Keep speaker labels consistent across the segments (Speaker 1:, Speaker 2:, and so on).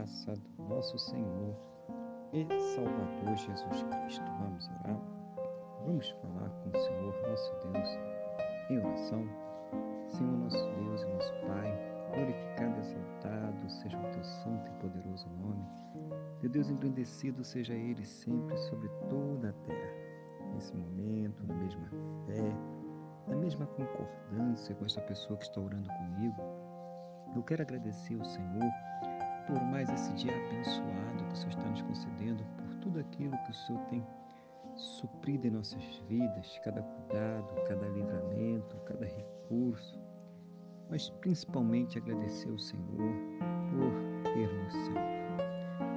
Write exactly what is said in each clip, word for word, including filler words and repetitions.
Speaker 1: graça do nosso Senhor e Salvador Jesus Cristo. Vamos orar? Vamos falar com o Senhor, nosso Deus, em oração. Senhor, nosso Deus e nosso Pai, glorificado e exaltado seja o teu santo e poderoso nome. Meu Deus, engrandecido seja Ele sempre sobre toda a terra. Nesse momento, na mesma fé, na mesma concordância com essa pessoa que está orando comigo, eu quero agradecer ao Senhor por mais esse dia abençoado que o Senhor está nos concedendo, por tudo aquilo que o Senhor tem suprido em nossas vidas, cada cuidado, cada livramento, cada recurso, mas principalmente agradecer ao Senhor por ter nos salvo.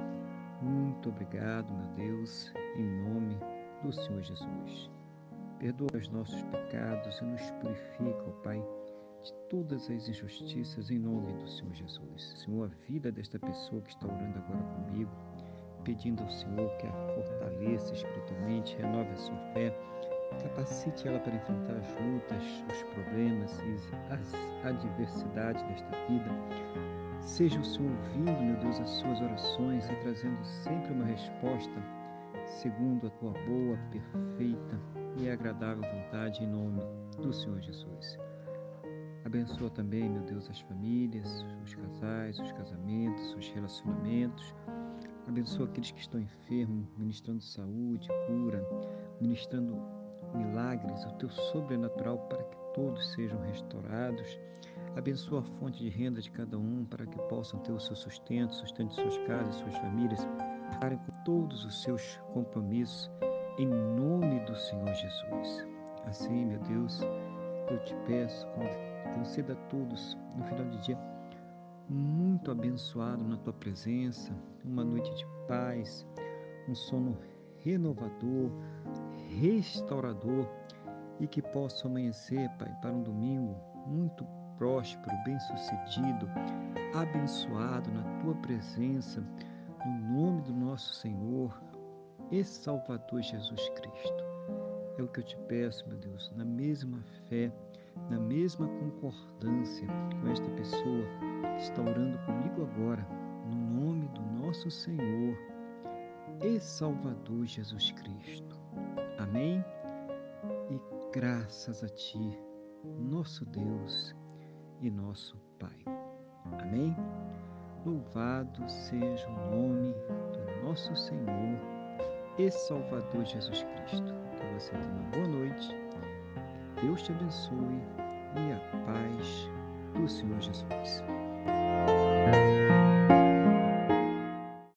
Speaker 1: Muito obrigado, meu Deus, em nome do Senhor Jesus. Perdoa os nossos pecados e nos purifica, ó Pai, de todas as injustiças em nome do Senhor Jesus. Senhor, a vida desta pessoa que está orando agora comigo, pedindo ao Senhor que a fortaleça espiritualmente, renove a sua fé, capacite ela para enfrentar as lutas, os problemas e as adversidades desta vida. Seja o Senhor ouvindo, meu Deus, as suas orações e trazendo sempre uma resposta segundo a tua boa, perfeita e agradável vontade em nome do Senhor Jesus. Abençoa também, meu Deus, as famílias, os casais, os casamentos, os relacionamentos. Abençoa aqueles que estão enfermos, ministrando saúde, cura, ministrando milagres, o teu sobrenatural para que todos sejam restaurados. Abençoa a fonte de renda de cada um para que possam ter o seu sustento, sustento de suas casas, suas famílias, parem com todos os seus compromissos em nome do Senhor Jesus. Assim, meu Deus, eu te peço, conceda a todos no final de dia muito abençoado na tua presença, uma noite de paz, um sono renovador, restaurador e que possa amanhecer, Pai, para um domingo muito próspero, bem-sucedido, abençoado na tua presença, no nome do nosso Senhor e Salvador Jesus Cristo. É o que eu te peço, meu Deus, na mesma fé, na mesma concordância com esta pessoa que está orando comigo agora, no nome do nosso Senhor e Salvador Jesus Cristo. Amém? E graças a Ti, nosso Deus e nosso Pai. Amém? Louvado seja o nome do nosso Senhor e Salvador Jesus Cristo. Que você tenha uma boa noite, Deus te abençoe e a paz do Senhor Jesus.